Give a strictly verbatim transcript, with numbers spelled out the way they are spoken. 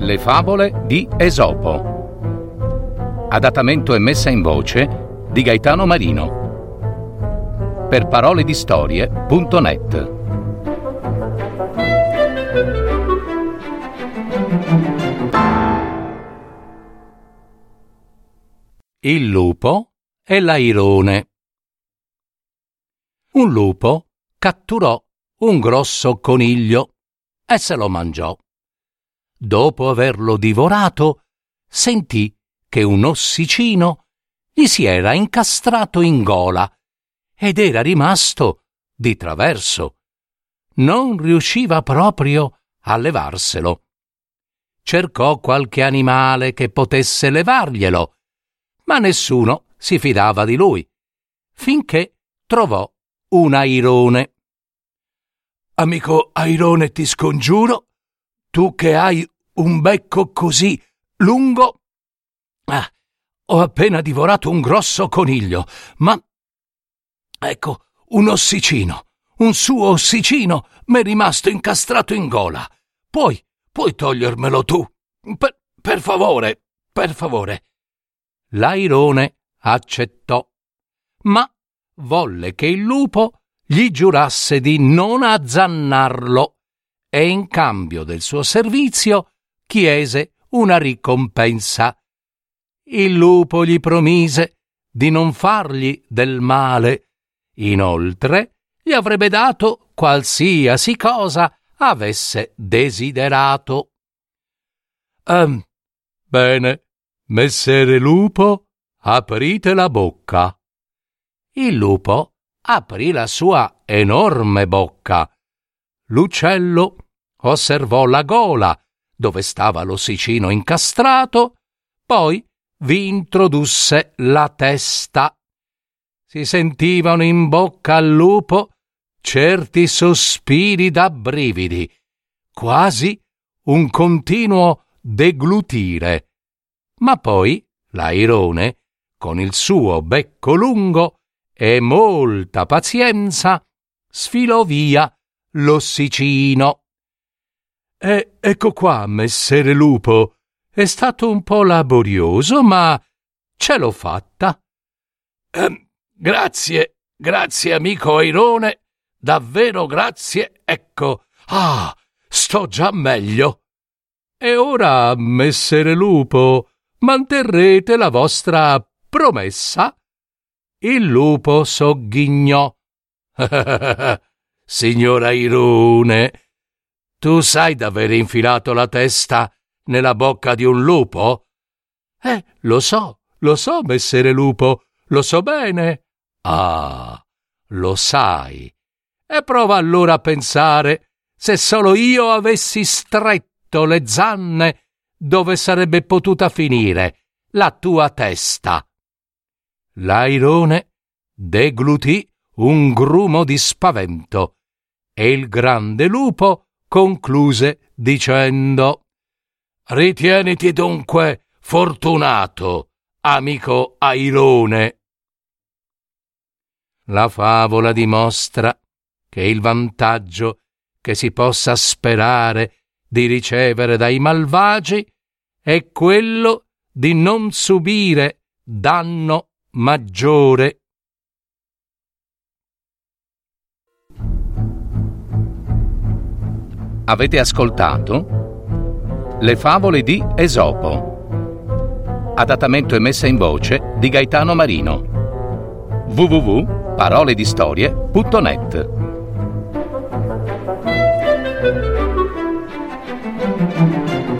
Le favole di Esopo. Adattamento e messa in voce di Gaetano Marino. Per parole di storie punto net. Il lupo e l'airone. Un lupo catturò un grosso coniglio e se lo mangiò. Dopo averlo divorato, sentì che un ossicino gli si era incastrato in gola ed era rimasto di traverso. Non riusciva proprio a levarselo. Cercò qualche animale che potesse levarglielo, ma nessuno si fidava di lui, finché trovò un airone. «Amico airone, ti scongiuro, tu che hai un becco così lungo. Ah, ho appena divorato un grosso coniglio, ma ecco, un ossicino, un suo ossicino m'è rimasto incastrato in gola. Puoi, puoi togliermelo tu? Per, per favore, per favore». L'airone accettò, ma volle che il lupo gli giurasse di non azzannarlo e in cambio del suo servizio chiese una ricompensa. Il lupo gli promise di non fargli del male. Inoltre gli avrebbe dato qualsiasi cosa avesse desiderato. Um, bene, messere lupo, aprite la bocca. Il lupo aprì la sua enorme bocca. L'uccello osservò la gola, dove stava l'ossicino incastrato, poi vi introdusse la testa. Si sentivano in bocca al lupo certi sospiri da brividi, quasi un continuo deglutire. Ma poi l'airone, con il suo becco lungo e molta pazienza, sfilò via l'ossicino. E ecco qua, messere lupo, è stato un po' laborioso, ma ce l'ho fatta. Eh, grazie, grazie amico airone, davvero grazie, ecco, ah, sto già meglio. E ora, messere lupo, manterrete la vostra promessa? Il lupo sogghignò. Signor airone, tu sai d'aver infilato la testa nella bocca di un lupo? Eh, lo so, lo so, messere lupo, lo so bene. Ah, lo sai. E prova allora a pensare se solo io avessi stretto le zanne dove sarebbe potuta finire la tua testa. L'airone deglutì un grumo di spavento e il grande lupo concluse dicendo: «Ritieniti dunque fortunato, amico airone». La favola dimostra che il vantaggio che si possa sperare di ricevere dai malvagi è quello di non subire danno maggiore. Avete ascoltato Le favole di Esopo. Adattamento e messa in voce di Gaetano Marino. w w w punto parole di storie punto net